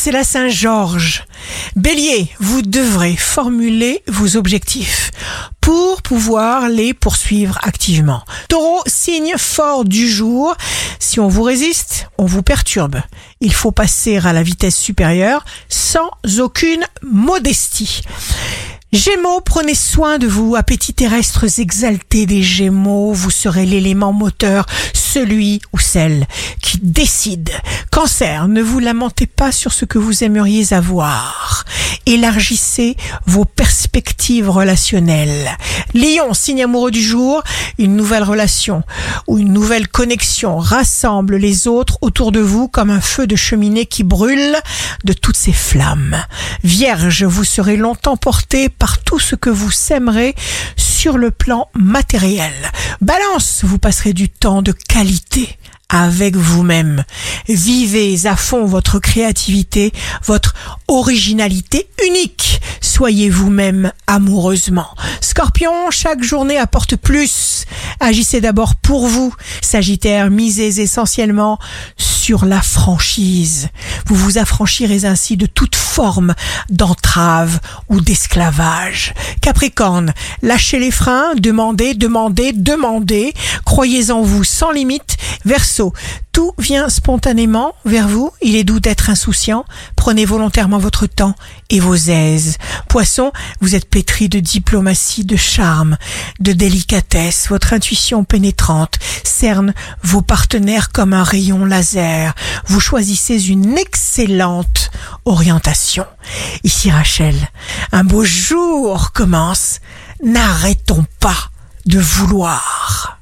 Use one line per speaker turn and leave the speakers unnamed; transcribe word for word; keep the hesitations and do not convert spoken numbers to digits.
c'est la Saint-Georges. Bélier, vous devrez formuler vos objectifs pour pouvoir les poursuivre activement. Taureau, signe fort du jour. Si on vous résiste, on vous perturbe. Il faut passer à la vitesse supérieure sans aucune modestie. Gémeaux, prenez soin de vous, appétits terrestres exaltés des Gémeaux, vous serez l'élément moteur, celui ou celle qui décide. Cancer, ne vous lamentez pas sur ce que vous aimeriez avoir. Élargissez vos perspectives relationnelles. Lion, signe amoureux du jour, une nouvelle relation ou une nouvelle connexion rassemble les autres autour de vous comme un feu de cheminée qui brûle de toutes ses flammes. Vierge, vous serez longtemps porté par tout ce que vous sèmerez sur le plan matériel. Balance, vous passerez du temps de qualité avec vous-même. Vivez à fond votre créativité, votre originalité unique. Soyez vous-même amoureusement. Scorpion, chaque journée apporte plus. Agissez d'abord pour vous. Sagittaire, misez essentiellement sur la franchise. Vous vous affranchirez ainsi de toute forme d'entrave ou d'esclavage. Capricorne, lâchez les freins, demandez, demandez, demandez. Croyez en vous sans limite. Verseau, tout vient spontanément vers vous. Il est doux d'être insouciant. Prenez volontairement votre temps et vos aises. Poisson, vous êtes pétri de diplomatie, de charme, de délicatesse. Votre intuition pénétrante cerne vos partenaires comme un rayon laser. Vous choisissez une excellente orientation. Ici Rachel, un beau jour commence. N'arrêtons pas de vouloir.